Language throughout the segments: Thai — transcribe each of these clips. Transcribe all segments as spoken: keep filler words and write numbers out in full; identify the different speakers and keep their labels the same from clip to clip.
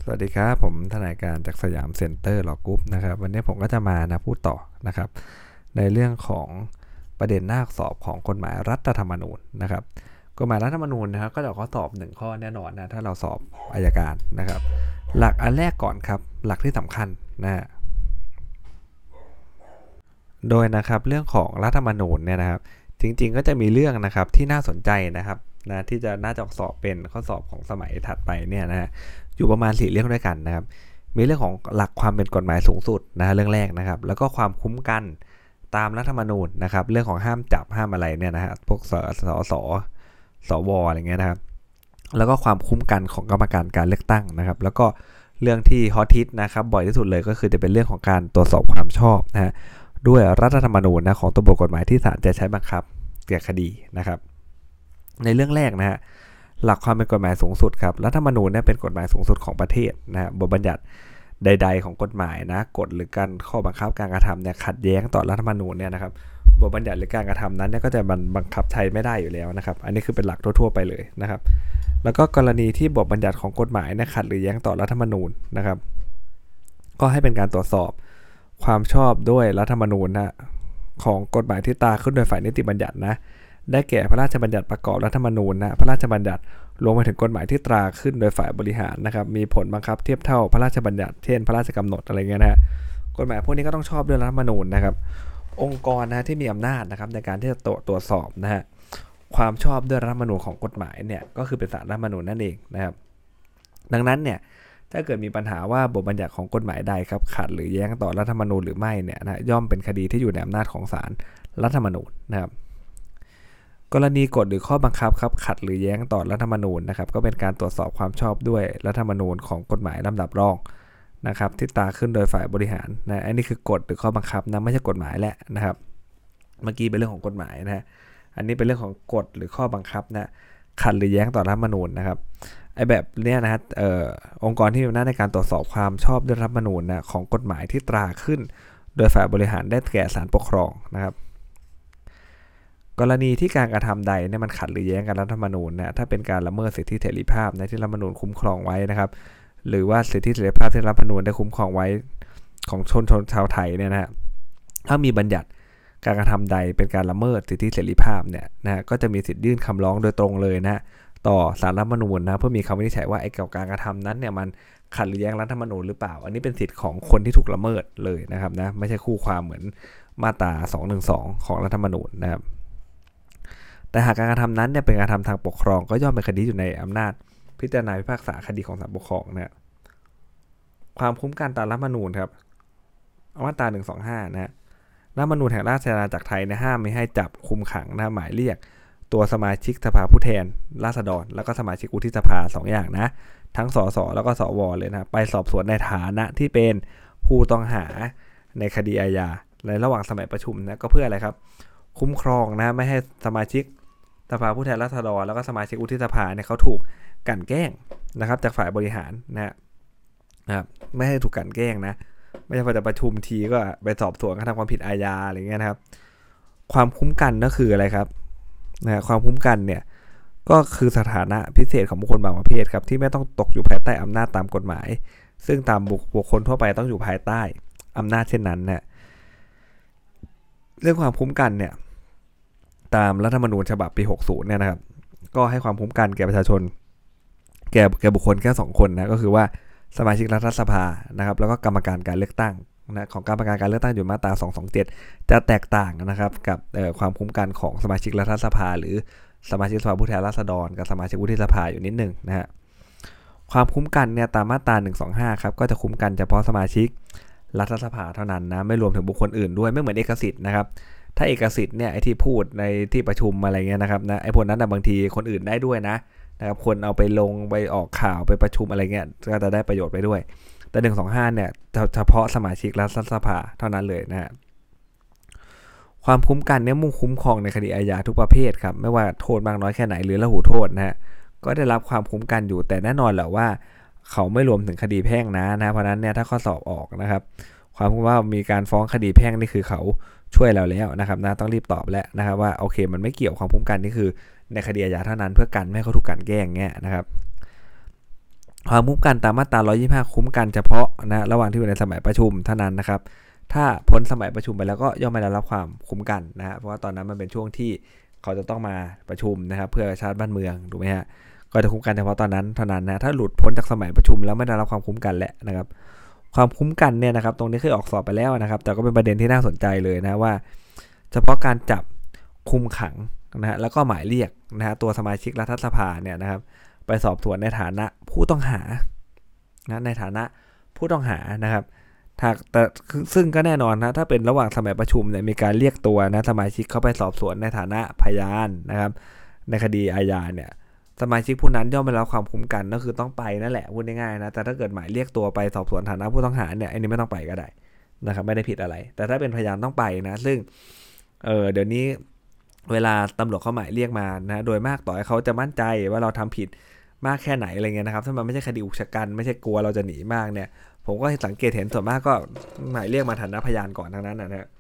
Speaker 1: สวัสดีครับผมทนายการจากสยามเซ็นเตอร์ลอกรุ๊ปนะครับวันนี้ผมก็จะมานะพูดต่อนะครับในเรื่องของประเด็นหน้าสอบของกฎหมายรัฐธรรมนูญนะครับกฎหมายรัฐธรรมนูญนะครับก็จะข้อสอบหนึ่งข้อแน่นอนนะถ้าเราสอบอัยการนะครับหลักอันแรกก่อนครับหลักที่สำคัญนะโดยนะครับเรื่องของรัฐธรรมนูญเนี่ยนะครับจริงๆก็จะมีเรื่องนะครับที่น่าสนใจนะครับนะที่จะน่าจะสอบเป็นข้อสอบของสมัยถัดไปเนี่ยนะฮะอยู่ประมาณสี่เรื่องด้วยกันนะครับมีเรื่องของหลักความเป็นกฎหมายสูงสุดนะเรื่องแรกนะครับแล้วก็ความคุ้มกันตามรัฐธรรมนูญนะครับเรื่องของห้ามจับห้ามอะไรเนี่ยนะฮะพวกสสสสวอะไรเงี้ยนะครับแล้วก็ความคุ้มกันของกรรมการการเลือกตั้งนะครับแล้วก็เรื่องที่ฮอตฮิตนะครับบ่อยที่สุดเลยก็คือจะเป็นเรื่องของการตรวจสอบความชอบนะฮะด้วยรัฐธรรมนูญนะของตัวบทกฎหมายที่ศาลจะใช้บังคับแก่คดีนะครับในเรื่องแรกนะฮะหลักความเป็นกฎหมายสูงสุดครับรัฐธรรมนูญเนี่ยเป็นกฎหมายสูงสุดของประเทศนะฮะบทบัญญัติใดๆของกฎหมายนะกฎหรือการข้อบังคับการกระทำเนี่ยขัดแย้งต่อรัฐธรรมนูญเนี่ยนะครับบทบัญญัติหรือการกระทำนั้นเนี่ยก็จะบังคับใช้ไม่ได้อยู่แล้วนะครับอันนี้คือเป็นหลักทั่วๆไปเลยนะครับแล้วก็กรณีที่บทบัญญัติของกฎหมายเนี่ยขัดหรือแย้งต่อรัฐธรรมนูญนะครับก็ให้เป็นการตรวจสอบความชอบด้วยรัฐธรรมนูญนะของกฎหมายที่ตราขึ้นโดยฝ่ายนิติบัญญัตินะได้แก่พระราชบัญญัติประกอบรัฐธรรมนูญนะพระราชบัญญัติรวมไปถึงกฎหมายที่ตราขึ้นโดยฝ่ายบริหารนะครับมีผลบังคับเทียบเท่าพระราชบัญญัติเช่นพระราชกำหนดอะไรเงี้ยนะฮะกฎหมายพวกนี้ก็ต้องชอบด้วยรัฐธรรมนูญนะครับองค์กรนะที่มีอำนาจนะครับในการที่จะตรวจตรวจสอบนะฮะความชอบด้วยรัฐธรรมนูญของกฎหมายเนี่ยก็คือเป็นศาลรัฐธรรมนูญนั่นเองนะครับดังนั้นเนี่ยถ้าเกิดมีปัญหาว่าบทบัญญัติของกฎหมายใดครับขัดหรือแย้งต่อรัฐธรรมนูญหรือไม่เนี่ยนะย่อมเป็นคดีที่อยู่ในอำนาจของศาลรัฐธรรมนูญนะครับกรณีกฎหรือข้อบังคับครับขัดหรือแย้งต่อรัฐธรรมนูญนะครับก็เป็นการตรวจสอบความชอบด้วยรัฐธรรมนูญของกฎหมายลำดับรองนะครับที่ตราขึ้นโดยฝ่ายบริหารนะอันนี้คือกฎหรือข้อบังคับนะไม่ใช่กฎหมายแหละนะครับเมื่อกี้เป็นเรื่องของกฎหมายนะฮะอันนี้เป็นเรื่องของกฎหรือข้อบังคับนะขัดหรือแย้งต่อรัฐธรรมนูญนะครับไอ้แบบเนี้ยนะฮะเอ่อองค์กรที่มีอำนาจในการตรวจสอบความชอบด้วยรัฐธรรมนูญนะของกฎหมายที่ตราขึ้นโดยฝ่ายบริหารได้แก่ศาลปกครองนะครับกรณีที่การกระทำใดเนี่ยมันขัดหรือแย้งกับรัฐธรรมนูญนะถ้าเป็นการละเมิดสิทธิเสรีภาพนะที่รัฐธรรมนูญคุ้มครองไว้นะครับหรือว่าสิทธิเสรีภาพที่รัฐธรรมนูญได้คุ้มครองไว้ของชนชนชาวไทยเนี่ยนะฮะถ้ามีบัญญัติการกระทำใดเป็นการละเมิดสิทธิเสรีภาพเนี่ยนะก็จะมีสิทธิยื่นคำร้องโดยตรงเลยนะต่อศาลรัฐธรรมนูญนะเพื่อมีคำวินิจฉัยว่าไอ้การกระทำนั้นเนี่ยมันขัดหรือแย้งรัฐธรรมนูญหรือเปล่าอันนี้เป็นสิทธิของคนที่ถูกละเมิดเลยนะครับนะไม่ใช่คู่ความเหมือนมาตราสองหนึ่งสองของรัฐธรรมนูญนะครับแต่หากการกระทำนั้นเนี่ยเป็นการทำทางปกครองก็ย่อมเป็นคดีอยู่ในอำนาจพิจารณาพิพากษาคดีของศาลปกครองนะความคุ้มกันตามรัฐธรรมนูญครับมาตราหนึ่งสองห้านะฮะรัฐธรรมนูญแห่งราชอาณาจักรไทยในห้ามไม่ให้จับคุมขังนะหมายเรียกตัวสมาชิกสภาผู้แทนราษฎรแล้วก็สมาชิกวุฒิสภาสองอย่างนะทั้งสสแล้วก็สวเลยนะไปสอบสวนในฐานะที่เป็นผู้ต้องหาในคดีอาญาในระหว่างสมัยประชุมนะก็เพื่ออะไรครับคุ้มครองนะไม่ให้สมาชิกสภาผู้แทนราษฎรแล้วก็สมาชิกวุฒิสภาเนี่ยเขาถูกกลั่นแกล้งนะครับจากฝ่ายบริหารนะนะครับไม่ให้ถูกกลั่นแกล้งนะไม่ใช่พอจะประชุมทีก็ไปสอบสวนกระทำความผิดอาญาอะไรเงี้ยนะครับความคุ้มกันก็คืออะไรครับนะความคุ้มกันเนี่ยก็คือสถานะพิเศษของบุคคลบางประเภทครับที่ไม่ต้องตกอยู่ภายใต้อำนาจตามกฎหมายซึ่งตามบุคคลทั่วไปต้องอยู่ภายใต้อำนาจเช่นนั้นนะเรื่องความคุ้มกันเนี่ยตามรัฐธรรมนูญฉบับปีหกสิบเนี่ยนะครับก็ให้ความคุ้มกันแก่ประชาชนแก่แก่บุคคลแค่สองคนนะก็คือว่าสมาชิกรัฐสภานะครับแล้วก็กรรมการการเลือกตั้งนะของกรรมการการเลือกตั้งอยู่มาตราสองสองเจ็ดจะแตกต่างนะครับกับความคุ้มกันของสมาชิกรัฐสภาหรือสมาชิกสภาผู้แทนราษฎรกับสมาชิกวุฒิสภาอยู่นิดนึงนะฮะความคุ้มกันเนี่ยตามมาตราหนึ่งสองห้าครับก็จะคุ้มกันเฉพาะสมาชิกรัฐสภาเท่านั้นนะไม่รวมถึงบุคคลอื่นด้วยไม่เหมือนเอกสิทธิ์นะครับถ้าเอกสิทธิ์เนี่ยไอ้ที่พูดในที่ประชุมอะไรเงี้ยนะครับนะไอ้พวกนั้นนะบางทีคนอื่นได้ด้วยนะนะครับคนเอาไปลงไปออกข่าวไปประชุมอะไรเงี้ยก็จะได้ประโยชน์ไปด้วยแต่หนึ่งสองห้าเนี่ยเฉพาะสมาชิกรัฐสภาเท่านั้นเลยนะฮะความคุ้มกันเนี่ยมุ่งคุ้มครองในคดีอาญาทุกประเภทครับไม่ว่าโทษมากน้อยแค่ไหนหรือละหูโทษนะฮะก็ได้รับความคุ้มกันอยู่แต่แน่นอนแหละว่าเขาไม่รวมถึงคดีแพ่งนะนะเพราะนั้นเนี่ยถ้าข้อสอบออกนะครับความว่ามีการฟ้องคดีแพ่งนี่คือเขาช่วยเราแล้วนะครับนะต้องรีบตอบแล้วนะครับว่าโอเคมันไม่เกี่ยวความคุ้มกันนี่คือในคดีอาญาเท่านั้นเพื่อกันไม่ให้เขาถูกกันแกล้งเงี้ยนะครับความคุ้มกันตามมาตราหนึ่งร้อยยี่สิบห้าคุ้มกันเฉพาะนะระหว่างที่อยู่ในสมัยประชุมเท่านั้นนะครับถ้าพ้นสมัยประชุมไปแล้วก็ย่อมไม่ได้รับความคุ้มกันนะฮะเพราะว่าตอนนั้นมันเป็นช่วงที่เขาจะต้องมาประชุมนะครับเพื่อชาติบ้านเมืองถูกไหมฮะก็จะคุ้มกันเฉพาะตอนนั้นเท่านั้นนะถ้าหลุดพ้นจากสมัยประชุมแล้วไม่ได้รับความคุ้มกันแล้วนะครับความคุ้มกันเนี่ยนะครับตรงนี้เคยออกสอบไปแล้วนะครับแต่ก็เป็นประเด็นที่น่าสนใจเลยนะว่าเฉพาะการจับคุมขังนะฮะแล้วก็หมายเรียกนะฮะตัวสมาชิกรัฐสภาเนี่ยนะครับไปสอบสวนในฐานะผู้ต้องหานะในฐานะผู้ต้องหานะครับแต่ซึ่งก็แน่นอนนะถ้าเป็นระหว่างสมัยประชุมเนี่ยมีการเรียกตัวนะสมาชิกเข้าไปสอบสวนในฐานะพยานนะครับในคดีอาญาเนี่ยสมาชิกผู้นั้นย่อมไม่รับความคุ้มกันก็คือต้องไปนั่นแหละพูดง่ายๆนะแต่ถ้าเกิดหมายเรียกตัวไปสอบสวนฐานะผู้ต้องหาเนี่ยอันนี้ไม่ต้องไปก็ได้นะครับไม่ได้ผิดอะไรแต่ถ้าเป็นพยานต้องไปนะซึ่งเออเดี๋ยวนี้เวลาตำรวจเขาหมายเรียกมานะโดยมากต่อให้เขาจะมั่นใจว่าเราทำผิดมากแค่ไหนอะไรเงี้ยนะครับถ้ามันไม่ใช่คดีอุกชะกันไม่ใช่กลัวเราจะหนีมากเนี่ยผมก็สังเกตเห็นส่วนมากก็หมายเรียกมาฐานะพยานก่อนทั้งนั้นนะฮะ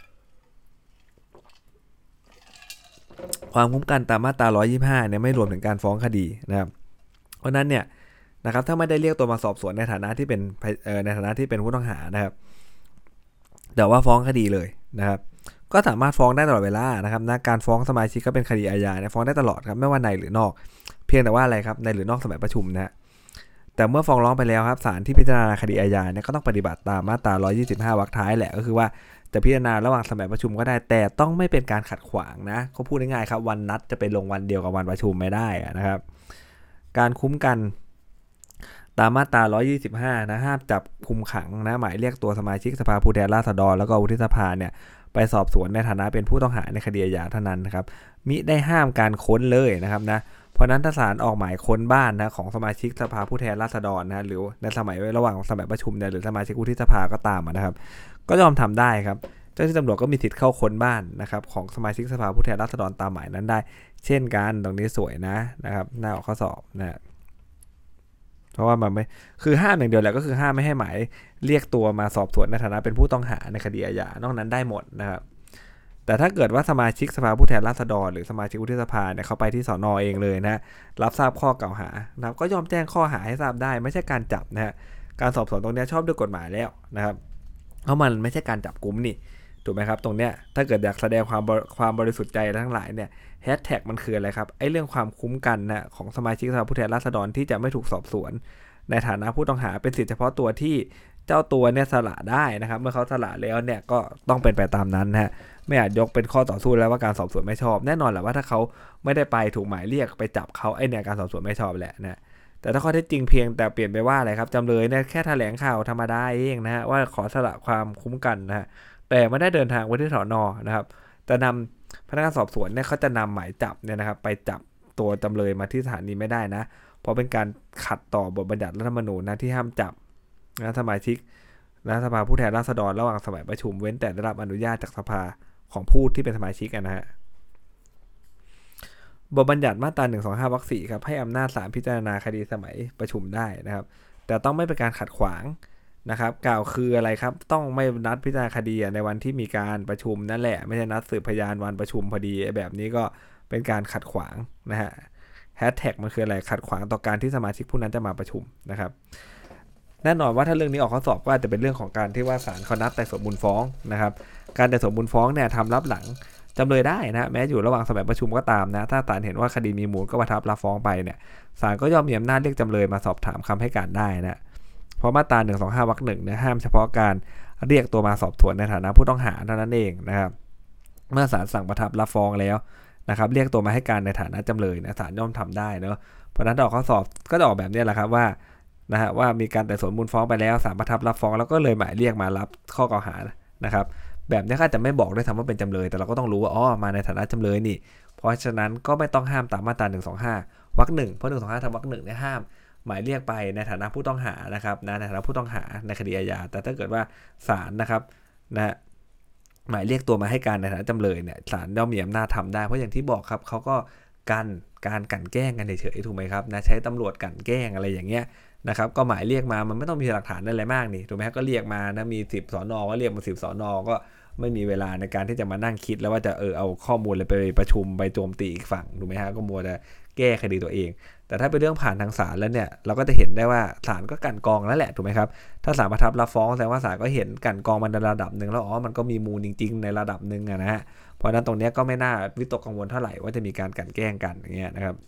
Speaker 1: ความคุ้มกันตามมาตราหนึ่งร้อยยี่สิบห้าเนี่ยไม่รวมถึงการฟ้องคดีนะครับเพราะนั้นเนี่ยนะครับถ้าไม่ได้เรียกตัวมาสอบสวนในฐานะที่เป็นในฐานะที่เป็นผู้ต้องหานะครับแต่ว่าฟ้องคดีเลยนะครับก็สามารถฟ้องได้ตลอดเวลานะครับนะการฟ้องสมาชิกก็เป็นคดีอาญาเนี่ยฟ้องได้ตลอดครับไม่ว่าในหรือนอกเพียงแต่ว่าอะไรครับในหรือนอกสมัยประชุมนะแต่เมื่อฟ้องร้องไปแล้วครับศาลที่พิจารณาคดีอาญาเนี่ยก็ต้องปฏิบัติตามมาตราหนึ่งร้อยยี่สิบห้าวรรคท้ายแหละก็คือว่าจะพิจารณาระหว่างสมัยประชุมก็ได้แต่ต้องไม่เป็นการขัดขวางนะเขาพูดง่ายๆครับวันนัดจะไปลงวันเดียวกับวันประชุมไม่ได้นะครับการคุ้มกันตามมาตราหนึ่งร้อยยี่สิบห้านะห้ามจับคุมขังนะหมายเรียกตัวสมาชิกสภาผู้แทนราษฎรแล้วก็วุฒิสภาเนี่ยไปสอบสวนในฐานะเป็นผู้ต้องหาในคดีอาญาเท่านั้นนะครับมิได้ห้ามการค้นเลยนะครับนะเพราะนั้นถ้าศาลออกหมายค้นบ้านนะของสมาชิกสภาผู้แทนราษฎรนะหรือในสมัยระหว่างสมัยประชุมเนี่ยหรือสมาชิกวุฒิสภาก็ตามนะครับก็ยอมทำได้ครับเจ้าหน้าที่ตำรวจก็มีสิทธิ์เข้าค้นบ้านนะครับของสมาชิกสภาผู้แทนราษฎรตามหมายนั้นได้เช่นกันตรงนี้สวยนะนะครับหน้าออกข้อสอบนะเพราะว่ามันไม่คือห้ามอย่างเดียวแหละก็คือห้ามไม่ให้หมายเรียกตัวมาสอบสวนในฐานะเป็นผู้ต้องหาในคดีอาญานอกนั้นได้หมดนะครับแต่ถ้าเกิดว่าสมาชิกสภาผู้แทนราษฎรหรือสมาชิกวุฒิสภาเนี่ยเขาไปที่สน.เองเลยนะรับทราบข้อกล่าวหานะครับก็ยอมแจ้งข้อหาให้ทราบได้ไม่ใช่การจับนะฮะการสอบสวนตรงนี้ชอบด้วยกฎหมายแล้วนะครับเพราะมันไม่ใช่การจับกุมนี่ถูกไหมครับตรงเนี้ยถ้าเกิดอยากแสดงความความบริสุทธิ์ใจทั้งหลายเนี่ยแฮชแท็กมันคืออะไรครับไอ้เรื่องความคุ้มกันนะของสมาชิกสภาผู้แทนราษฎรที่จะไม่ถูกสอบสวนในฐานะผู้ต้องหาเป็นสิทธิเฉพาะตัวที่เจ้าตัวเนี่ยสละได้นะครับเมื่อเขาสละแล้วเนี่ยก็ต้องเป็นไปตามนั้นนะฮะไม่อาจยกเป็นข้อต่อสู้แล้วว่าการสอบสวนไม่ชอบแน่นอนแหละว่าถ้าเขาไม่ได้ไปถูกหมายเรียกไปจับเขาไอ้เนี่ยการสอบสวนไม่ชอบแหละนะแต่ถ้าข้อเท็จจริงเพียงแต่เปลี่ยนไปว่าอะไรครับจำเลยเนี่ยแค่แถลงข่าวธรรมดาเองนะฮะว่าขอสละความคุ้มกันนะฮะแต่ไม่ได้เดินทางไปที่สน.นะครับแต่นำพนักงานสอบสวนเนี่ยเขาจะนำหมายจับเนี่ยนะครับไปจับตัวจำเลยมาที่สถานีไม่ได้นะเพราะเป็นการขัดต่อบทบัญญัติรัฐธรรมนูญนะที่ห้ามจับนะสมาชิกนะสภาผู้แทนราษฎรระหว่างสมัยประชุมเว้นแต่ได้รับอนุญาตจากสภาของผู้ที่เป็นสมาชิกนะฮะบทบัญญัติมาตราหนึ่งสองห้าวรรคสี่ครับให้อำนาจศาลพิจารณาคดีสมัยประชุมได้นะครับแต่ต้องไม่เป็นการขัดขวางนะครับกล่าวคืออะไรครับต้องไม่นัดพิจารณาคดีในวันที่มีการประชุมนั่นแหละไม่ใช่นัดสืบพยานวันประชุมพอดีแบบนี้ก็เป็นการขัดขวางนะฮะแฮชแท็กมันคืออะไรขัดขวางต่อการที่สมาชิกผู้นั้นจะมาประชุมนะครับแน่นอนว่าถ้าเรื่องนี้ออกข้อสอบก็อาจจะเป็นเรื่องของการที่ว่าศาลเขานัดไต่สวนมูลฟ้องนะครับการไต่สวนมูลฟ้องเนี่ยทำรับหลังจำเลยได้นะแม้อยู่ระหว่างสมัยประชุมก็ตามนะถ้าศาลเห็นว่าคดีมีมูลก็ประทับรับฟ้องไปเนี่ยศาลก็ย่อมมีอำนาจเรียกจำเลยมาสอบถามคำให้การได้นะเพราะมาตราหนึ่งสองห้าวรรคหนึ่งเนี่ยห้ามเฉพาะการเรียกตัวมาสอบสวนในฐานะผู้ต้องหาเท่านั้นเองนะครับเมื่อศาลสั่งประทับรับฟ้องแล้วนะครับเรียกตัวมาให้การในฐานะจำเลยนะศาลย่อมทำได้เนาะเพราะนั้นออกข้อสอบก็จะออกแบบนี้แหละครับว่านะฮะว่ามีการไต่สวนมูลฟ้องไปแล้วศาลประทับรับฟ้องแล้วก็เลยหมายเรียกมารับข้อกล่าวหานะครับแบบนี้ก็จะไม่บอกด้วยซ้ำว่าเป็นจำเลยแต่เราก็ต้องรู้ว่าอ๋อมาในฐานะจำเลยนี่เพราะฉะนั้นก็ไม่ต้องห้ามตามมาตราหนึ่งสองห้าวรรคหนึ่งเพราะหนึ่งสองห้าทำวรรคหนึ่งเนี่ยห้ามหมายเรียกไปในฐานะผู้ต้องหานะครับนะในฐานะผู้ต้องหาในคดีอาญาแต่ถ้าเกิดว่าศาลนะครับนะหมายเรียกตัวมาให้การในฐานะจำเลยเนี่ยศาลย่อมมีอำนาจทำได้เพราะอย่างที่บอกครับเขาก็กันการกลั่นแกล้งกันเฉยๆถูกไหมครับนะใช้ตำรวจกลั่นแกล้งอะไรอย่างเงี้ยนะครับก็หมายเรียกมามันไม่ต้องมีหลักฐานอะไรมากนี่ถูกไหมครับก็เรียกมานะมีสิบสน.ก็เรียกมาสิบสน.ก็ไม่มีเวลาในการที่จะมานั่งคิดแล้วว่าจะเออเอาข้อมูลอะไรไปประชุมไปโจมตีอีกฝั่งถูกไหมฮะก็มัวแต่แก้คดีตัวเองแต่ถ้าเป็นเรื่องผ่านทางศาลแล้วเนี่ยเราก็จะเห็นได้ว่าศาลก็กั่นกรองแล้วแหละถูกไหมครับถ้าศาลประทับรับฟ้องแสดงว่าศาลก็เห็นกั่นกรองมันในระดับหนึ่งแล้วอ๋อมันก็มีมูลจริงๆในระดับหนึ่งนะฮะเพราะนั้นตรงนี้ก็ไม่น่าวิตกกังวลเท่าไหร่ว่าจะมีการกั่นแกล้งกันอย่างเงี้ยนะครับ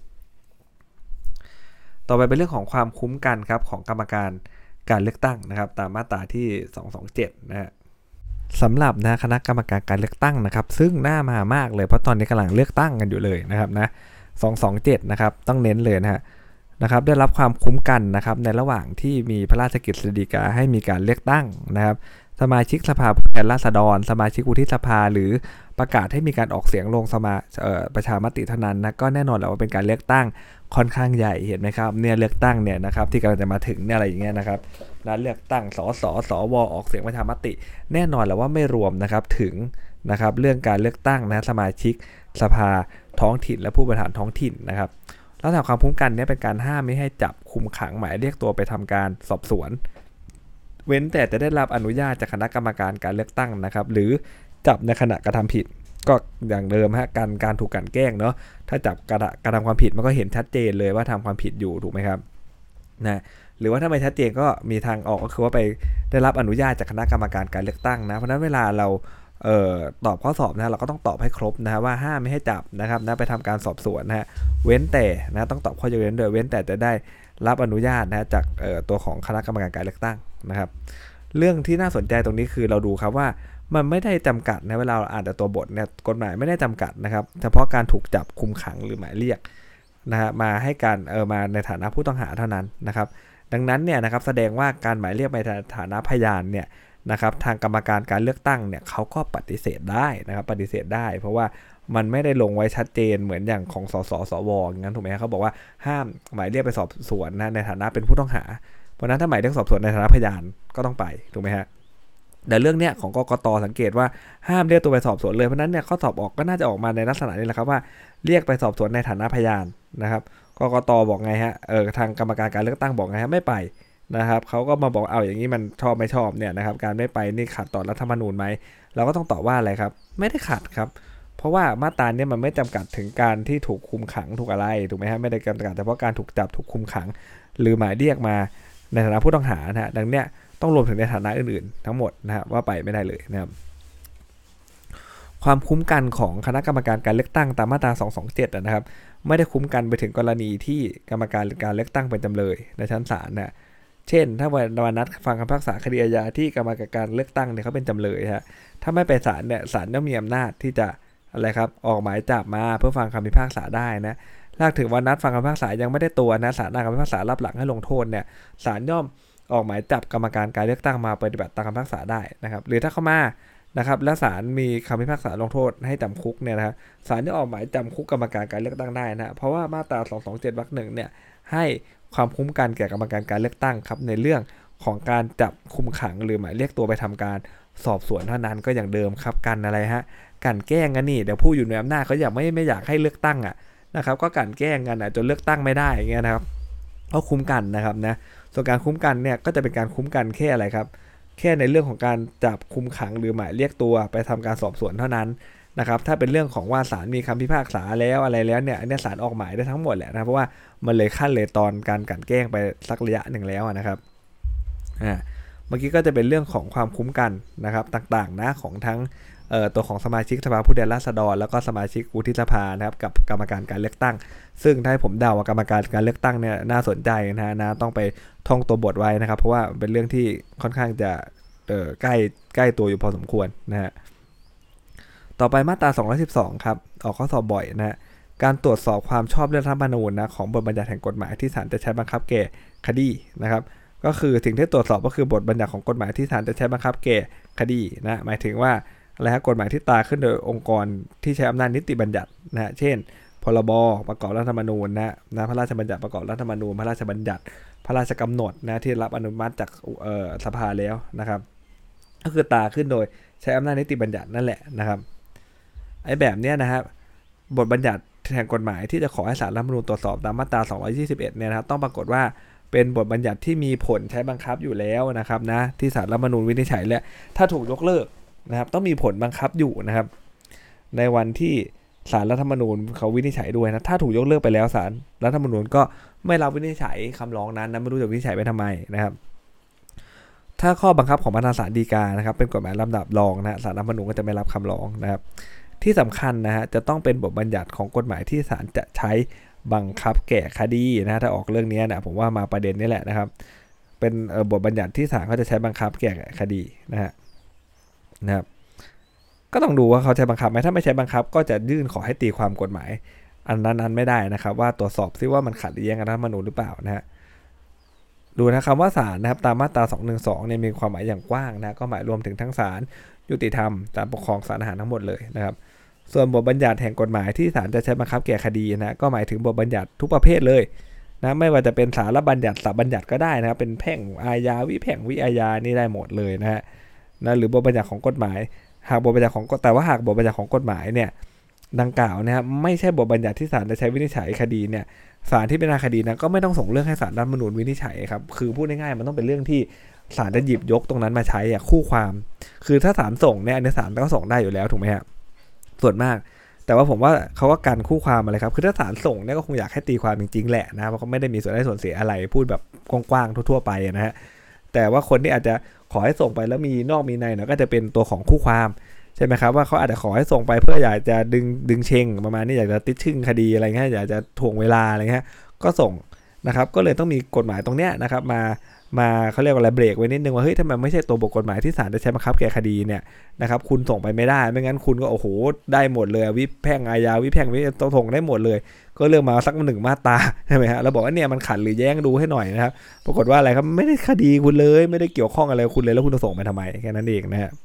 Speaker 1: ต่อไปเป็นเรื่องของความคุ้มกันครับของกรรมการการเลือกตั้งนะครับตามมาตราที่สองร้อยยี่สิบเจ็ดนะฮะสำหรับนะคณะกรรมการการเลือกตั้งนะครับซึ่งน่ามามากเลยเพราะตอนนี้กำลังเลือกตั้งกันอยู่เลยนะครับนะสองร้อยยี่สิบเจ็ดนะครับต้องเน้นเลยนะฮะนะครับได้รับความคุ้มกันนะครับในระหว่างที่มีพระราชกฤษฎีกาให้มีการเลือกตั้งนะครับสมาชิกสภาผู้แทนราษฎรสมาชิกวุฒิสภาหรือประกาศให้มีการออกเสียงลงสมาประชามติเท่านั้นนะก็แน่นอนแหละว่าเป็นการเลือกตั้งค่อนข้างใหญ่เห็นไหมครับเนี่ยเลือกตั้งเนี่ยนะครับที่กำลังจะมาถึงเนี่ยอะไรอย่างเงี้ยนะครับนัดเลือกตั้งสสสวออกเสียงประชามติแน่นอนแหละว่าไม่รวมนะครับถึงนะครับเรื่องการเลือกตั้งนะสมาชิกสภาท้องถิ่นและผู้บริหารท้องถิ่นนะครับแล้วจากความคุ้มกันเนี่ยเป็นการห้ามไม่ให้จับคุมขังหมายเรียกตัวไปทำการสอบสวนเว้นแต่จะได้รับอนุญาตจากคณะกรรมการการเลือกตั้งนะครับหรือจับในขณะกระทำผิดก็อย่างเดิมฮะการการถูกกันแกล้งเนาะถ้าจับกระกระทำความผิดมันก็เห็นชัดเจนเลยว่าทำความผิดอยู่ถูกไหมครับนะหรือว่าถ้าไม่ชัดเจนก็มีทางออกก็คือว่าไปได้รับอนุญาตจากคณะกรรมการการเลือกตั้งนะเพราะนั้นเวลาเราเอ่อตอบข้อสอบนะเราก็ต้องตอบให้ครบนะว่าห้ามไม่ให้จับนะครับนะไปทำการสอบสวนนะฮะเว้นแต่นะต้องตอบข้อยกเว้นโดยเว้นแต่จะได้รับอนุญาตนะจากเอ่อตัวของคณะกรรมการการเลือกตั้งนะครับเรื่องที่น่าสนใจตรงนี้คือเราดูครับว่ามันไม่ได้จำกัดนะเวลาเราอ่านแต่ตัวบทเนี่ยกฎหมายไม่ได้จำกัดนะครับเฉพาะการถูกจับคุมขังหรือหมายเรียกนะฮะมาให้การเออมาในฐานะผู้ต้องหาเท่านั้นนะครับดังนั้นเนี่ยนะครับแสดงว่าการหมายเรียกในฐานะพยานเนี่ยนะครับทางกรรมการการเลือกตั้งเนี่ยเขาก็ปฏิเสธได้นะครับปฏิเสธได้เพราะว่ามันไม่ได้ลงไว้ชัดเจนเหมือนอย่างของสสสวอย่างนั้นถูกไหมเขาบอกว่าห้ามหมายเรียกไปสอบสวนนะในฐานะเป็นผู้ต้องหาเพราะนั้นถ้าหมายเรียกสอบสวนในฐานะพยานก็ต้องไปถูกไหมฮะแต่เรื่องเนี้ยของกกต.สังเกตว่าห้ามเรียกตัวไปสอบสวนเลยเพราะนั้นเนี่ยข้อสอบออกก็น่าจะออกมาในลักษณะนี้แหละครับว่าเรียกไปสอบสวนในฐานะพยานนะครับกกต.บอกไงฮะเออทางกรรมการการเลือกตั้งบอกไงฮะไม่ไปนะครับเขาก็มาบอกเอาอย่างนี้มันชอบไม่ชอบเนี่ยนะครับการไม่ไปนี่ขัดต่อรัฐธรรมนูญไหมเราก็ต้องตอบว่าอะไรครับไม่ได้ขัดครับเพราะว่ามาตราเนี่ยมันไม่จำกัดถึงการที่ถูกคุมขังถูกอะไรถูกไหมฮะไม่ได้จำกัดเฉพาะการถูกจับถูกคุมขังหรือหมายเรียกมาในฐานะผู้ต้องหานะฮะดังเนี้ยต้องรวมถึงในฐานะอื่นๆทั้งหมดนะฮะว่าไปไม่ได้เลยนะครับความคุ้มกันของคณะกรรมการการเลือกตั้งตามมาตราสองร้อยยี่สิบเจ็ดนะครับไม่ได้คุ้มกันไปถึงกรณีที่กรรมการการเลือกตั้งเป็นจำเลยในชั้นศาลนะเช่นถ้าวันนัดฟังคำพิพากษาคดีอาญาที่กรรมการการเลือกตั้งเนี่ยเขาเป็นจำเลยฮะถ้าไม่ไปศาลเนี่ยศาลย่อมมีอำนาจที่จะอะไรครับออกหมายจับมาเพื่อฟังคำพิพากษาได้นะลากถึงวันนัดฟังคำพิพากษายังไม่ได้ตัวนะศาลอ่านคำพิพากษารับหลังให้ลงโทษเนี่ยศาลย่อมออกหมายจับกรรมการการเลือกตั้งมาปฏิบัติตามคำพิพากษาได้นะครับหรือถ้าเข้ามานะครับและศาลมีคำพิพากษาลงโทษให้จำคุกเนี่ยนะศาลจะออกหมายจำคุกกรรมการการเลือกตั้งได้นะเพราะว่ามาตราสองร้อยยี่สิบเจ็ดวรรคหนึ่งเนี่ยให้ความคุ้มกันแก่กรรมการการเลือกตั้งครับในเรื่องของการจับคุมขังหรือหมายเรียกตัวไปทำการสอบสวนเท่านั้นก็อย่างเดิมครับกันอะไรฮะกันแกล้งกันนี่เดี๋ยวผู้อยู่ในอำนาจเขาอยากไม่ไม่อยากให้เลือกตั้งอ่ะนะครับก็กันแกล้งกันอ่ะจนเลือกตั้งไม่ได้อย่างเงี้ยนะครับก็คุ้มกันนะครับนะส่วนการคุ้มกันเนี่ยก็จะเป็นการคุ้มกันแค่อะไรครับแค่ในเรื่องของการจับคุมขังหรือหมายเรียกตัวไปทำการสอบสวนเท่านั้นนะครับถ้าเป็นเรื่องของว่าศาลมีคำพิพากษาแล้วอะไรแล้วเนี่ยอันนี้ศาลออกหมายได้ทั้งหมดแหละนะเพราะว่ามันเลยขั้นเลยตอนการกันแกล้งไปสักระยะหนึ่งแล้วนะครับอ่าเมื่อกี้ก็จะเป็นเรื่องของความคุ้มกันนะครับต่างๆนะของทั้งเอ่อตัวของสมาชิกสภาผู้แทนราษฎรแล้วก็สมาชิกวุฒิสภานะครับกับกรรมการการเลือกตั้งซึ่งถ้าให้ผมเดาว่ากรรมการการเลือกตั้งเนี่ยน่าสนใจนะฮะนะต้องไปท่องตัวบทไว้นะครับเพราะว่าเป็นเรื่องที่ค่อนข้างจะเอ่อใกล้ใกล้ตัวอยู่พอสมควรนะฮะต่อไปมาตราสองร้อยสิบสองครับออกข้อสอบบ่อยนะฮะการตรวจสอบความชอบด้วยรัฐธรรมนูญนะของบทบัญญัติแห่งกฎหมายที่ศาลจะใช้บังคับแก่คดีนะครับก็คือสิ่งที่ตรวจสอบก็คือบทบัญญัติของกฎหมายที่ศาลจะใช้บังคับแก่คดีนะหมายถึงว่าอะไรฮะกฎหมายที่ตราขึ้นโดยองค์กรที่ใช้อำนาจนิติบัญญัตินะฮะเช่นพรบประกอบรัฐธรรมนูญนะนะพระราชบัญญัติประกอบรัฐธรรมนูญพระราชบัญญัติพระราชกำหนดนะที่รับอนุมัติจากเอ่อสภาแล้วนะครับก็คือตราขึ้นโดยใช้อำนาจนิติบัญญัตินั่นแหละนะครับไอ้แบบเนี้ยนะครับบทบัญญัติแห่งกฎหมายที่จะขอให้ศาลรัฐธรรมนูญตรวจสอบตามมาตราสองร้อยยี่สิบเอ็ดเนี่ยนะครับต้องปรากฏว่าเป็นบทบัญญัติที่มีผลใช้บังคับอยู่แล้วนะครับนะที่ศาลรัฐธรรมนูญวินิจฉัยแล้วถ้าถูกยกเลิกนะครับต้องมีผลบังคับอยู่นะครับในวันที่ศาลรัฐธรรมนูญเขาวินิจฉัยด้วยนะถ้าถูกยกเลิกไปแล้วศาลรัฐธรรมนูญก็ไม่รับวินิจฉัยคำร้องนั้นนะไม่รู้จะวินิจฉัยไปทำไมนะครับถ้าข้อบังคับของประธานศาลฎีกานะครับเป็นกฎหมายลำดับรองนะศาลรัฐธรรมนูญก็จะไม่รับคำร้องนะครับที่สำคัญนะฮะจะต้องเป็นบทบัญญัติของกฎหมายที่ศาลจะใช้บังคับแก่คดีนะถ้าออกเรื่องนี้นะผมว่ามาประเด็นนี้แหละนะครับเป็นบทบัญญัติที่ศาลเขาจะใช้บังคับแก่คดีนะฮะนะครับก็ต้องดูว่าเขาใช้บังคับไหมถ้าไม่ใช้บังคับก็จะยื่นขอให้ตีความกฎหมายอันนั้นๆไม่ได้นะครับว่าตรวจสอบซิว่ามันขัดหรือแย้งกับรัฐธรรมนูญหรือเปล่านะฮะดูนะคำว่าศาลนะครับตามมาตราสองหนึ่งสองเนี่ยมีความหมายอย่างกว้างนะก็หมายรวมถึงทั้งศาลยุติธรรมศาลปกครองศาลอาหารทั้งหมดเลยนะครับส่วนบทบัญญัติแห่งกฎหมายที่ศาลจะใช้บังคับแก่คดีนะก็หมายถึงบทบัญญัติทุกประเภทเลยนะไม่ว่าจะเป็นสารบัญญัติสับบัญญัติก็ได้นะครับเป็นแพ่งอาญาวิแพ่งวิอาญานี่ได้หมดเลยนะฮะนะหรือบทบัญญัติของกฎหมายหากบทบัญญัติของแต่ว่าหากบทบัญญัติของกฎหมายเนี่ยดังกล่าวนะครับไม่ใช่บทบัญญัติที่ศาลจะใช้วินิจฉัยคดีเนี่ยศาลที่พิจารณาคดีนั้นก็ไม่ต้องส่งเรื่องให้ศาลรัฐธรรมนูญวินิจฉัยครับคือพูดง่ายๆมันต้องเป็นเรื่องที่ศาลจะหยิบยกตรงนั้นมาใช้อ่ะคู่ความคือถ้าศาลส่งเนี่ยอันนี้ศาลก็ส่งได้อยู่แล้วถูกไหมฮะส่วนมากแต่ว่าผมว่าเขาว่ากันคู่ความอะไรครับคือถ้าศาลส่งเนี่ยก็คงอยากให้ตีความจริงๆแหละนะเพราะเขาไม่ได้มีส่วนได้ส่วนเสียอะไรพูดแบบกว้างๆทั่วๆไปนะฮะแต่ว่าคนที่อาจจะขอให้ส่งไปแล้วมีนอกมีในเนาะก็จะเป็นตัวของคู่ความใช่ไหมครับว่าเขาอาจจะขอให้ส่งไปเพื่ออยากจะดึงดึงเชงประมาณนี้อยากจะติดชึ่งคดีอะไรเงี้ยอยากจะถ่วงเวลาอะไรเงี้ยก็ส่งนะครับก็เลยต้องมีกฎหมายตรงเนี้ยนะครับมามาเขาเรียกว่าอะไรเบรกไว้นิดนึงว่าเฮ้ยถ้ามันไม่ใช่ตัวบทกฎหมายที่ศาลจะใช้บังคับแก่คดีเนี่ยนะครับคุณส่งไปไม่ได้ไม่งั้นคุณก็โอ้โหได้หมดเลยวิแพ่งอาญาวิแพ่งวิต้องส่งได้หมดเลยก็เรื่องมาสักหนึ่งมาตราใช่ไหมฮะแล้วบอกว่าเนี่ยมันขัดหรือแย้งดูให้หน่อยนะครับปรากฏว่าอะไรครับไม่ได้คดีคุณเลยไม่ได้เกี่ยวข้องอะไรคุณเลยแล้วคุณจะส่งไปทำไมแค่นั้นเองนะฮะ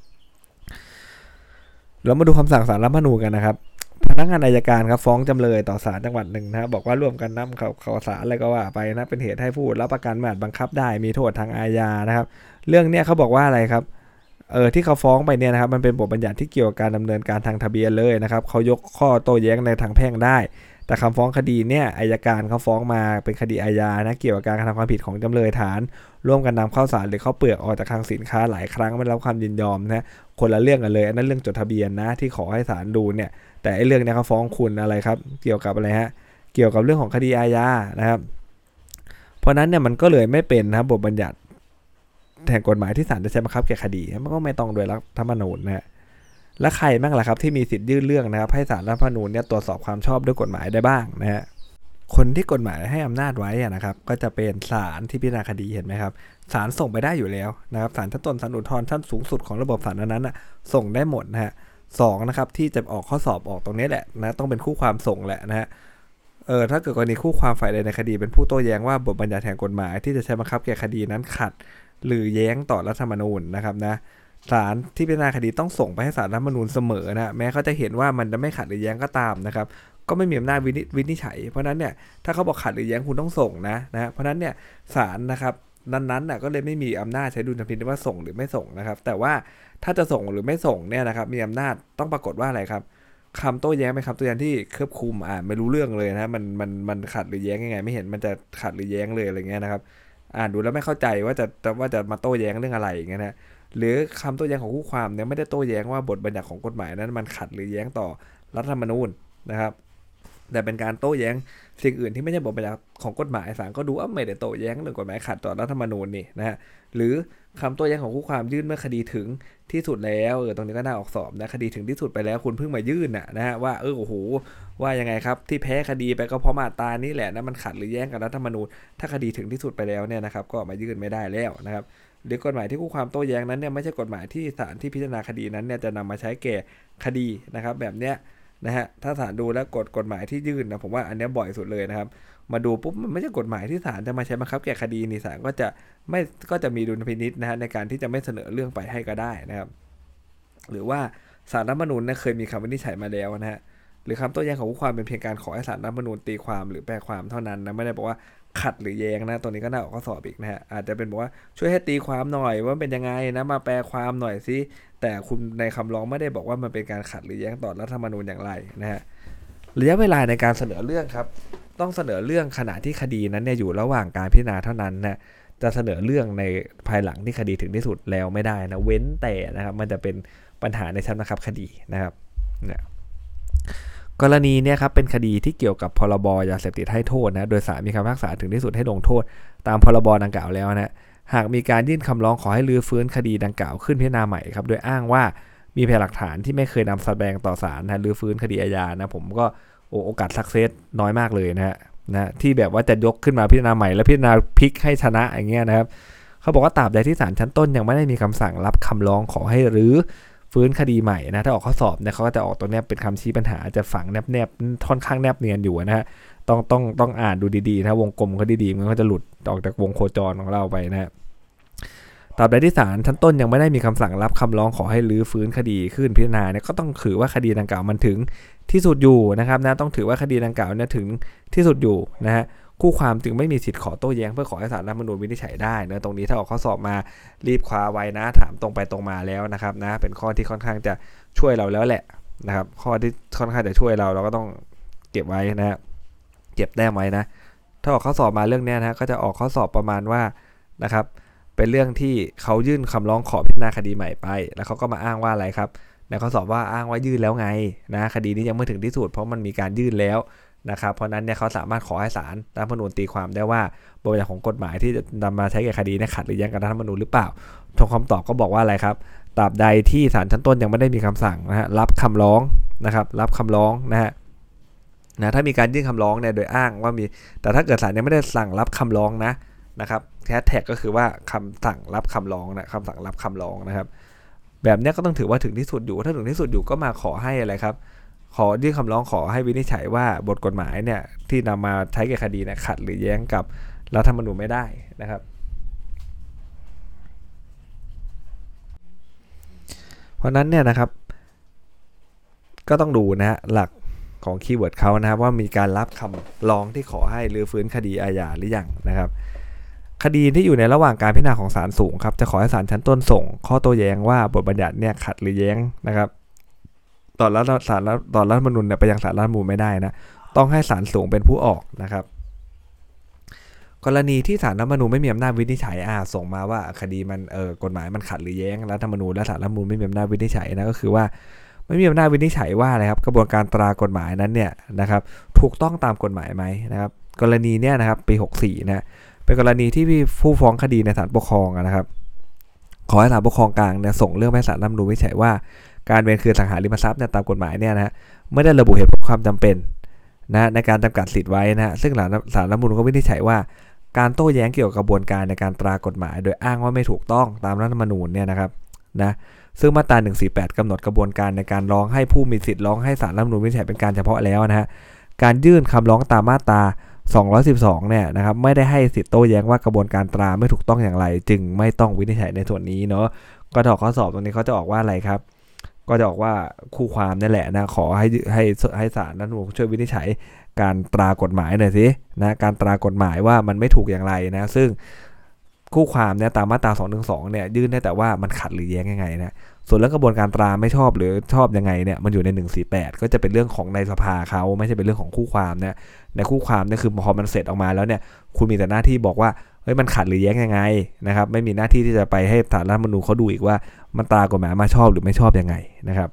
Speaker 1: เรามาดูคำสั่งศาลรัฐธรรมนูญกันนะครับพนักงานอัยการครับฟ้องจำเลยต่อศาลจังหวัดหนึ่งนะบอกว่าร่วมกันนำข่าวข่าวสารอะไรก็ว่าไปนะเป็นเหตุให้ผู้รับประกันไม่อาจบังคับได้มีโทษทางอาญานะครับเรื่องเนี้ยเขาบอกว่าอะไรครับเออที่เขาฟ้องไปเนี่ยนะครับมันเป็นบทบัญญัติที่เกี่ยวกับการดำเนินการทางทะเบียนเลยนะครับเขายกข้อโต้แย้งในทางแพ่งได้แต่คำฟ้องคดีเนี่ยอัยการเขาฟ้องมาเป็นคดีอาญานะเกี่ยวกับการกระทำความผิดของจำเลยฐานร่วมกันนำข้าวสารหรือข้าวเปลือกออกจากคลังสินค้าหลายครั้งไม่ได้รับความยินยอมนะคนละเรื่องกันเลยอันนั้นเรื่องจดทะเบียนนะที่ขอให้ศาลดูเนี่ยแต่ไอ้เรื่องนี้เขาฟ้องคุณอะไรครับเกี่ยวกับอะไรฮะเกี่ยวกับเรื่องของคดีอาญานะครับเพราะนั้นเนี่ยมันก็เลยไม่เป็นนะครับบทบัญญัติแห่งกฎหมายที่ศาลจะใช้บังคับแก่คดีมันก็ไม่ต้องโดยรัฐธรรมนูญนะฮะและใครบ้างล่ะครับที่มีสิทธิ์ยื่นเรื่องนะครับให้ศาลรัฐธรรมนูญเนี่ยตรวจสอบความชอบด้วยกฎหมายได้บ้างนะฮะคนที่กฎหมายให้อำนาจไว้นะครับก็จะเป็นศาลที่พิจารณาคดีเห็นไหมครับศาลส่งไปได้อยู่แล้วนะครับศาลชั้นต้นศาลอุทธรณ์ชั้นสูงสุดของระบบศาลนั้นนะส่งได้หมดนะฮะสองนะครับที่จะออกข้อสอบออกตรงนี้แหละนะต้องเป็นคู่ความส่งแหละนะฮะเออถ้าเกิดกรณีคู่ความฝ่ายใดในคดีเป็นผู้โต้แย้งว่าบทบัญญัติแห่งกฎหมายที่จะใช้บังคับแก่คดีนั้นขัดหรือแย้งต่อรัฐธรรมนูญนะครับนะศาลที่พิจารณาคดีต้องส่งไปให้ศาลรัฐธรรมนูญเสมอนะแม้เขาจะเห็นว่ามันจะไม่ขัดหรือแย้งก็ตามนะครับก็ไม่มีอำนาจวินิจฉัยเพราะนั้นเนี่ยถ้าเขาบอกขัดหรือแย้งคุณต้องส่งนะนะเพราะนั้นเนี่ยศาลนะครับนั้นๆน่ะก็เลยไม่มีอำนาจใช้ดุลพินิจว่าส่งหรือไม่ส่งนะครับแต่ว่าถ้าจะส่งหรือไม่ส่งเนี่ยนะครับมีอำนาจต้องปรากฏว่าอะไรครับคำโต้แย้งเป็นคำโต้แย้งที่เคลือบคุมอ่านไม่รู้เรื่องเลยนะมันมันมันขัดหรือแย้งยังไงไม่เห็นมันจะขัดหรือแย้งเลยอะไรเงี้ยนะครับอ่านดูแล้วไม่เข้าใจว่าจะว่าจะมาโต้แย้งเรื่องอะไรอย่างเงี้ยนะหรือคำโต้แย้งของคู่ความเนี่ยไม่ได้โต้แย้งว่าบทบัญญัติของกฎหมายนั้นมันขัดหรือแย้งต่อรัฐธรรมนูญนะครับแต่เป็นการโต้แย้งสิ่งอื่นที่ไม่ใช่บทบัญญัติของกฎหมายศาลก็ดูว่าไม่ได้โต้แย้งเรื่องกฎหมายขัดต่อรัฐธรรมนูญนี่นะฮะหรือคำโต้แย้งของคู่ความยื่นเมื่อคดีถึงที่สุดแล้วเออตรงนี้ก็น่าออกสอบนะคดีถึงที่สุดไปแล้วคุณเพิ่งมายื่นน่ะนะฮะว่าเออโอ้โหว่ายังไงครับที่แพ้คดีไปก็เพราะมาตรานี้แหละนะมันขัดหรือแย้งกับรัฐธรรมนูญถ้าคดีถึงที่สุดไปแล้วเนี่ยนะครับก็มายื่นไม่ได้แล้วนะครับหรือกฎหมายที่คู่ความโต้แย้งนั้นเนี่ยไม่ใช่กฎหมายที่ศาลที่พิจารณาคดีนั้นเนี่ยจะนำมาใช้แก่คดีนะครับแบบเนี้ยนะฮะถ้าศาลดูแล้วกฎกฎหมายที่ยื่นนะผมว่าอันนี้บ่อยสุดเลยนะครับมาดูปุ๊บมันไม่ใช่กฎหมายที่ศาลจะมาใช้บังคับแก่คดีนี่ศาลก็จะไม่ก็จะมีดุลพินิจนะฮะในการที่จะไม่เสนอเรื่องไปให้ก็ได้นะครับหรือว่าศาลรัฐธรรมนูญเนี่ยเคยมีคำวินิจฉัยมาแล้วนะฮะหรือคำโต้แย้งของคู่ความเป็นเพียงการขอให้ศาลรัฐธรรมนูญตีความหรือแปลความเท่านั้นนะไม่ได้บอกว่าขัดหรือแย้งนะตัวนี้ก็น่าออกข้อสอบอีกนะฮะอาจจะเป็นบอกว่าช่วยให้ตีความหน่อยว่าเป็นยังไงนะมาแปลความหน่อยสิแต่คุณในคำร้องไม่ได้บอกว่ามันเป็นการขัดหรือแย้งต่อรัฐธรรมนูญอย่างไรนะฮะระยะเวลาในการเสนอเรื่องครับต้องเสนอเรื่องขณะที่คดีนั้นเนี่ยอยู่ระหว่างการพิจารณาเท่านั้นนะจะเสนอเรื่องในภายหลังที่คดีถึงที่สุดแล้วไม่ได้นะเว้นแต่นะครับมันจะเป็นปัญหาในชั้นบังคับคดีนะครับเนี่ยกรณีเนี่ยครับเป็นคดีที่เกี่ยวกับพรบยาเสพติดให้โทษนะโดยศาลมีคำพิพากษาถึงที่สุดให้ลงโทษตามพรบดังกล่าวแล้วนะหากมีการยื่นคำร้องขอให้รื้อฟื้นคดีดังกล่าวขึ้นพิจารณาใหม่ครับโดยอ้างว่ามีพยานหลักฐานที่ไม่เคยนำแสดงต่อศาลนะรื้อฟื้นคดีอาญานะผมก็โอกาสสักเซสน้อยมากเลยนะฮะนะที่แบบว่าจะยกขึ้นมาพิจารณาใหม่แล้วพิจารณาพลิกให้ชนะอย่างเงี้ยนะครับเขาบอกว่าตราบใดที่ศาลชั้นต้นยังไม่ได้มีคำสั่งรับคำร้องขอให้รื้อฟื้นคดีใหม่นะถ้าออกข้อสอบเนี่ยเขาก็จะออกตัวเนี้ยเป็นคำชี้ปัญหาจะฝังแนบแนบค่อนข้างแนบเนียนอยู่นะฮะต้องต้องต้องอ่านดูดีๆนะวงกลมเขาดีๆมันก็จะหลุดออกจากวงโคจรของเราไปนะตราบใดที่ศาลชั้นต้นยังไม่ได้มีคำสั่งรับคำร้องขอให้รื้อฟื้นคดีขึ้นพิจารณาเนี่ยก็ต้องถือว่าคดีดังกล่าวมันถึงที่สุดอยู่นะครับนะต้องถือว่าคดีดังกล่าวเนี่ยถึงที่สุดอยู่นะฮะคู่ความจึงไม่มีสิทธิ์ขอโต้แย้งเพื่อขอให้ศาลรัฐธรรมนูญวินิจฉัยได้นะตรงนี้ถ้าออกข้อสอบมารีบคว้าไว้นะถามตรงไปตรงมาแล้วนะครับนะเป็นข้อที่ค่อนข้างจะช่วยเราแล้วแหละนะครับข้อที่ค่อนข้างจะช่วยเราเราก็ต้องเก็บไว้นะเก็บแต้มไว้นะถ้าออกข้อสอบมาเรื่องนี้นะก็จะออกข้อสอบประมาณว่านะครับเป็นเรื่องที่เขายื่นคำร้องขอพิจารณาคดีใหม่ไปแล้วเขาก็มาอ้างว่าอะไรครับในข้อสอบว่าอ้างว่ายื่นแล้วไงนะคดีนี้ยังไม่ถึงที่สุดเพราะมันมีการยื่นแล้วนะครับเพราะนั้นเนี่ยเขาสามารถขอให้ศาลรัฐธรรมนูญตีความได้ว่าบทบัญญัติของกฎหมายที่จะนำมาใช้แก่คดีนี้ขัดหรือแย้งกับรัฐธรรมนูญหรือเปล่าทางคำตอบก็บอกว่าอะไรครับตราบใดที่ศาลชั้นต้นยังไม่ได้มีคำสั่งนะฮะรับคำร้องนะครับรับคำร้องนะฮะนะถ้ามีการยื่นคำร้องเนี่ยโดยอ้างว่ามีแต่ถ้าเกิดศาลยังไม่ได้สั่งรับคำร้องนะนะครับแฮชแท็กก็คือว่าคำสั่งรับคำร้องนะคำสั่งรับคำร้องนะครับแบบนี้ก็ต้องถือว่าถึงที่สุดอยู่ถ้าถึงที่สุดอยู่ก็มาขอให้อะไรครับขอยื่นคำร้องขอให้วินิจฉัยว่าบทกฎหมายเนี่ยที่นำมาใช้แก่คดีเนี่ยขัดหรือแย้งกับรัฐธรรมนูญไม่ได้นะครับเพราะนั้นเนี่ยนะครับก็ต้องดูนะฮะหลักของคีย์เวิร์ดเขานะครับว่ามีการรับคำร้องที่ขอให้รื้อฟื้นคดีอาญาหรือยังนะครับคดีที่อยู่ในระหว่างการพิจารณาของศาลสูงครับจะขอให้ศาลชั้นต้นส่งข้อโต้แย้งว่าบทบัญญัติเนี่ยขัดหรือแย้งนะครับต่อรัฐศาลต่อรัฐธรรมนูญเนี่ยไปยังศาลรัฐธรรมนูญไม่ได้นะต้องให้ศาลสูงเป็นผู้ออกนะครับกรณีที่ศาลรัฐธรรมนูญไม่มีอำนาจวินิจฉัยอ่าส่งมาว่าคดีมันเออกฎหมายมันขัดหรือแย้งรัฐธรรมนูญและศาลรัฐธรรมนูญไม่มีอำนาจวินิจฉัยนะก็คือว่าไม่มีอำนาจวินิจฉัยว่าอะไรครับกระบวนการตรากฎหมายนั้นเนี่ยนะครับถูกต้องตามกฎหมายไหมนะครับกรณีเนี่ยนะครับปีหกสิบสี่นะเป็นกรณีที่ผู้ฟ้องคดีในศาลปกครองนะครับขอให้ศาลปกครองกลางเนี่ยส่งเรื่องไปศาลรัฐธรรมนูญวินิจฉัยว่าการเวรคืนสังหาริมทรัพย์เนี่ยตามกฎหมายเนี่ยนะไม่ได้ระบุเหตุผลความจำเป็นนะในการจำกัดสิทธิ์ไว้นะซึ่งศาลรัฐธรรมนูญก็วินิจฉัยว่าการโต้แย้งเกี่ยวกับกระบวนการในการตรากฎหมายโดยอ้างว่าไม่ถูกต้องตามรัฐธรรมนูญเนี่ยนะครับนะซึ่งมาตราหนึ่งสี่แปดกำหนดกระบวนการในการร้องให้ผู้มีสิทธิ์ร้องให้ศาลรัฐธรรมนูญวินิจฉัยเป็นการเฉพาะแล้วนะฮะการยื่นคำร้องตามมาตราสองร้อยสิบสองเนี่ยนะครับไม่ได้ให้สิทธิ์โต้แย้งว่ากระบวนการตราไม่ถูกต้องอย่างไรจึงไม่ต้องวินิจฉัยในส่วนนี้เนาะก็ถอดข้อสอบตรงนี้เขาจะออกว่าอะไรครับก็จะออกว่าคู่ความนี่แหละนะขอให้ให้ให้ศาลรัฐธรรมนูญช่วยวินิจฉัยการตรากฎหมายหน่อยสินะการตรากฎหมายว่ามันไม่ถูกอย่างไรนะซึ่งคู่ความเนี่ยตามมาตราสองร้อยสิบสองเนี่ยยื่นได้แต่ว่ามันขัดหรือแย้งยังไงนะส่วนเรื่องกระบวนการตราไม่ชอบหรือชอบยังไงเนี่ยมันอยู่ในหนึ่งสี่แปดก็จะเป็นเรื่องของในสภาเขาไม่ใช่เป็นเรื่องของคู่ความเนี่ยในคู่ความเนี่ยคือพอมันเสร็จออกมาแล้วเนี่ยคุณมีแต่หน้าที่บอกว่าเฮ้ยมันขัดหรือแย้งยังไงนะครับไม่มีหน้าที่ที่จะไปให้ศาลรัฐธรรมนูญเขาดูอีกว่ามันตรากฎหมายมาชอบหรือไม่ชอบยังไงนะครับ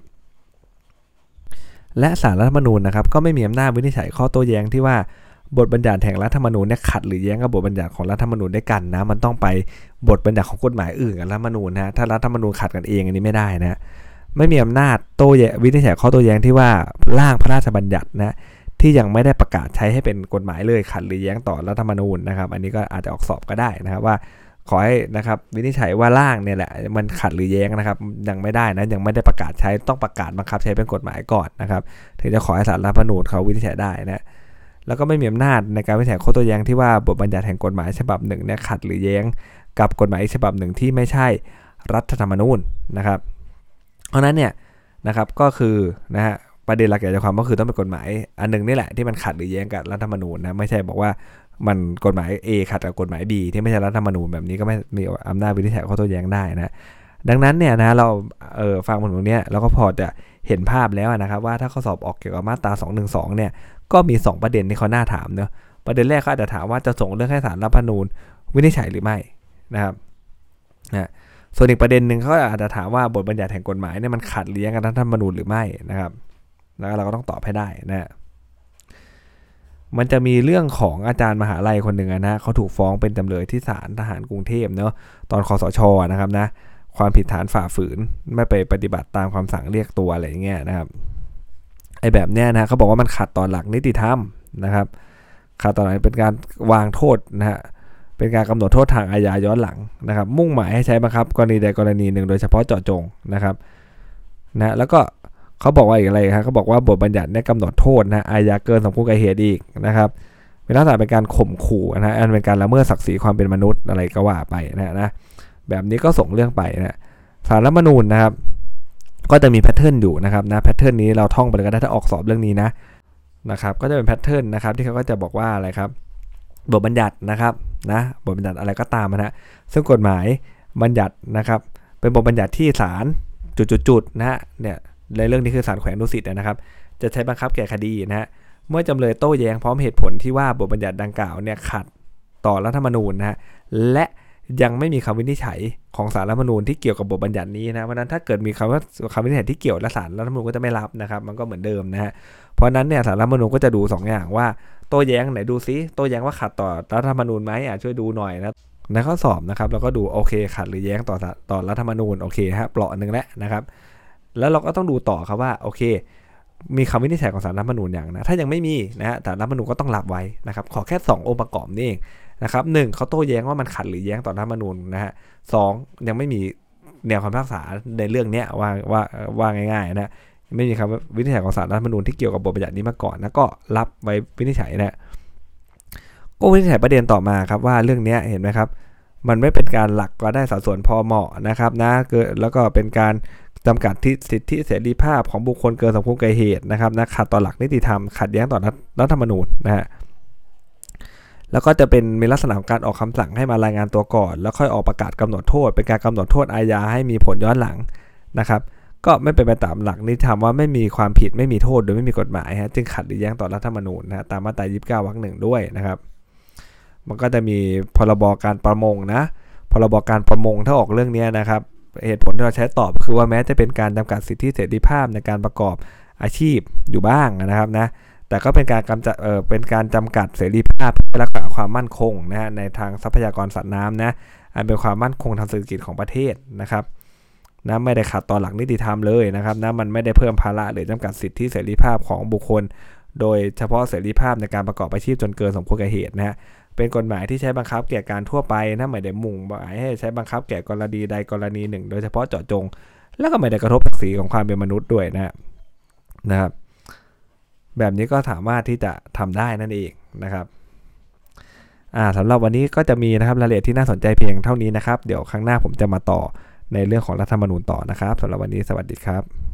Speaker 1: และศาลรัฐธรรมนูญนะครับก็ไม่มีอำนาจวินิจฉัยข้อโต้แย้งที่ว่าบทบัญญัติแห่งรัฐธรรมนูญเนี่ยขัดหรือแย้งกับบทบัญญัติของรัฐธรรมนูญได้กันนะมันต้องไปบทบัญญัติของกฎหมายอื่นกับรัฐธรรมนูญนะถ้ารัฐธรรมนูญขัดกันเองอันนี้ไม่ได้นะไม่มีอำนาจโต้แย้งวินิจฉัยข้อโต้แย้งที่ว่าร่างพระราชบัญญัตินะที่ยังไม่ได้ประกาศใช้ให้เป็นกฎหมายเลยขัดหรือแย้งต่อรัฐธรรมนูญนะครับอันนี้ก็อาจจะออกสอบก็ได้นะครับว่าขอให้นะครับวินิจฉัยว่าร่างเนี่ยแหละมันขัดหรือแย้งนะครับยังไม่ได้นะยังไม่ได้ประกาศใช้ต้องประกาศบังคับใช้เป็นกฎหมายก่อนนะครับถึงจะขอให้ศาลรัฐธรรมนูญเขาวินิจฉัยได้นะแล้วก็ไม่มีอำนาจในการวินิจฉัยข้อโต้แย้งที่ว่าบทบัญญัติแห่งกฎหมายฉบับหนึ่งเนี่ยขัดหรือแย้งกับกฎหมายฉบับหนึ่งที่ไม่ใช่รัฐธรรมนูญนะครับเพราะนั้นเนี่ยนะครับก็คือนะฮะประเด็นหลักใหญ่ใจความก็คือต้องเป็นกฎหมายอันนึงนี่แหละที่มันขัดหรือแย้งกับรัฐธรรมนูญนะไม่ใช่บอกว่ามันกฎหมาย A ขัดกับกฎหมาย B ที่ไม่ใช่รัฐธรรมนูญแบบนี้ก็ไม่มีอำนาจวินิจฉัยข้อโต้แย้งได้นะดังนั้นเนี่ยนะเราเออฟังมาตรงนี้เราก็พอจะเห็นภาพแล้วนะครับว่าถ้าข้อสอบออกเกี่ยวกับมาตราสองร้อยสิบสองเนี่ยก็มีสองประเด็นที่เขาน่าถามเนาะประเด็นแรกเขาอาจจะถามว่าจะส่งเรื่องให้ศาลรัฐธรรมนูญวินิจฉัยหรือไม่นะครับนะส่วนอีกประเด็นหนึ่งเขาอาจจะถามว่าบทบัญญัติแห่งกฎหมายเนี่ยมันขัดหรือแย้งกับรัฐธรรมนูญหรือไม่นะครับแล้วเราก็ต้องตอบให้ได้นะมันจะมีเรื่องของอาจารย์มหาลัยคนหนึ่งนะเขาถูกฟ้องเป็นจำเลยที่ศาลทหารกรุงเทพเนาะตอนคสช.นะครับนะความผิดฐานฝ่าฝืนไม่ไปปฏิบัติตามคำสั่งเรียกตัวอะไรอย่างเงี้ยนะครับไอ้แบบเนี้ยนะเขาบอกว่ามันขัดต่อหลักนิติธรรมนะครับขัดต่อหลักเป็นการวางโทษนะฮะเป็นการกำหนดโทษทางอาญาย้อนหลังนะครับมุ่งหมายให้ใช้บังคับกรณีใดกรณีหนึ่งโดยเฉพาะเจาะจงนะครับนะแล้วก็เขาบอกว่าอีกอะไรครับเขาบอกว่าบทบัญญัติเนี่ยกำหนดโทษนะอาญาเกินสมควรแก่เหตุอีกนะครับเป็นลักษณะเป็นการข่มขู่นะอันเป็นการละเมิดศักดิ์ศรีความเป็นมนุษย์อะไรก็ว่าไปนะนะแบบนี้ก็ส่งเรื่องไปนะศาลรัฐธรรมนูญนะครับก็จะมีแพทเทิร์นอยู่นะครับนะแพทเทิร์นนี้เราท่องไปเลยก็ได้ถ้าออกสอบเรื่องนี้นะนะครับก็จะเป็นแพทเทิร์นนะครับที่เขาก็จะบอกว่าอะไรครับบทบัญญัตินะครับนะบทบัญญัติอะไรก็ตามนะซึ่งกฎหมายบัญญัตินะครับเป็นบทบัญญัติที่ศาลจุดๆนะฮะเนี่ยในเรื่องนี้คือศาลแขวงดุสิตนะครับจะใช้บังคับแก่คดีนะฮะเมื่อจำเลยโต้แย้งพร้อมเหตุผลที่ว่าบทบัญญัติดังกล่าวเนี่ยขัดต่อรัฐธรรมนูญนะฮะและยังไม่มีคำวินิจฉัยของศาลรัฐธรรมนูญที่เกี่ยวกับบทบัญญัตินี้นะเพราะนั้นถ้าเกิดมีคำว่าคำวินิจฉัยที่เกี่ยวและศาลรัฐธรรมนูญก็จะไม่รับนะครับมันก็เหมือนเดิมนะฮะเพราะนั้นเนี่ยศาลรัฐธรรมนูญก็จะดูสองอย่างว่าโต้แย้งไหนดูซิโต้แย้งว่าขัดต่อรัฐธรรมนูญไหมอ่ะช่วยดูหน่อยนะในข้อสอบนะครับเราก็ดูโอเคขัดหรือแย้งต่อต่อรัฐธรรมนูญโอเคฮะเปราะหนึ่งแล้วนะครับแล้วเราก็ต้องดูต่อครับว่าโอเคมีคำวินิจฉัยของศาลรัฐธรรมนูญอย่างนะถ้ายังไม่มีนะฮะศาลรัฐธรรมนูญก็ต้องรับไว้นะครับขอแค่สององค์ประกอบนี่เองนะครับหนึ่งเขาโต้แย้งว่ามันขัดหรือแย้งต่อรัฐธรรมนูญนะฮะสองยังไม่มีแนวคำพิพากษาในเรื่องนี้ว่าว่าว่าง่ายๆนะไม่มีคำวินิจฉัยของศาลรัฐธรรมนูญที่เกี่ยวกับบทบัญญัตินี้มาก่อนนะก็รับไว้วินิจฉัยนะก็วินิจฉัยประเด็นต่อมาครับว่าเรื่องนี้เห็นไหมครับมันไม่เป็นการหลักก็ได้สัดส่วนพอเหมาะนะครับนะเกิดแล้วก็เป็นการจำกัดที่สิทธิเสรีภาพของบุคคลเกินสมควรแก่เหตุนะครับนะขัดต่อหลักนิติธรรมขัดแย้งต่อรัฐธรรมนูญนะฮะแล้วก็จะเป็นมีลักษณะของการออกคำสั่งให้มารายงานตัวก่อนแล้วค่อยออกประกาศกำหนดโทษเป็นการกำหนดโทษอาญาให้มีผลย้อนหลังนะครับก็ไม่เป็นไปตามหลักนิติธรรมว่าไม่มีความผิดไม่มีโทษโดยไม่มีกฎหมายฮะจึงขัดหรือแย้งต่อรัฐธรรมนูญนะตามมาตรายี่สิบเก้าวรรคหนึ่งด้วยนะครับมันก็จะมีพรบการประมงนะพรบการประมงถ้าออกเรื่องนี้นะครับเหตุผลที่เราใช้ตอบคือว่าแม้จะเป็นการจำกัดสิทธิเสรีภาพในการประกอบอาชีพอยู่บ้างนะครับนะแต่ก็เป็นการกำจัดเออเป็นการจำกัดเสรีภาพเพื่อรักษาความมั่นคงนะฮะในทางทรัพยากรสัตว์น้ำนะอันเป็นความมั่นคงทางเศรษฐกิจของประเทศนะครับนะไม่ได้ขัดต่อหลักนิติธรรมเลยนะครับนะมันไม่ได้เพิ่มภาระหรือจำกัดสิทธิเสรีภาพของบุคคลโดยเฉพาะเสรีภาพในการประกอบอาชีพจนเกินสมควรแก่เหตุนะฮะเป็นกฎหมายที่ใช้บังคับแก่การทั่วไปนะไม่ได้มุ่งหมายให้ใช้บังคับแก่กรณีใดกรณีหนึ่งโดยเฉพาะเจาะจงแล้วก็ไม่ได้กระทบศักดิ์ศรีของความเป็นมนุษย์ด้วยนะนะครับแบบนี้ก็สามารถที่จะทำได้นั่นเองนะครับอ่าสำหรับวันนี้ก็จะมีนะครับรายละเอียดที่น่าสนใจเพียงเท่านี้นะครับเดี๋ยวครั้งหน้าผมจะมาต่อในเรื่องของรัฐธรรมนูญต่อนะครับสำหรับวันนี้สวัสดีครับ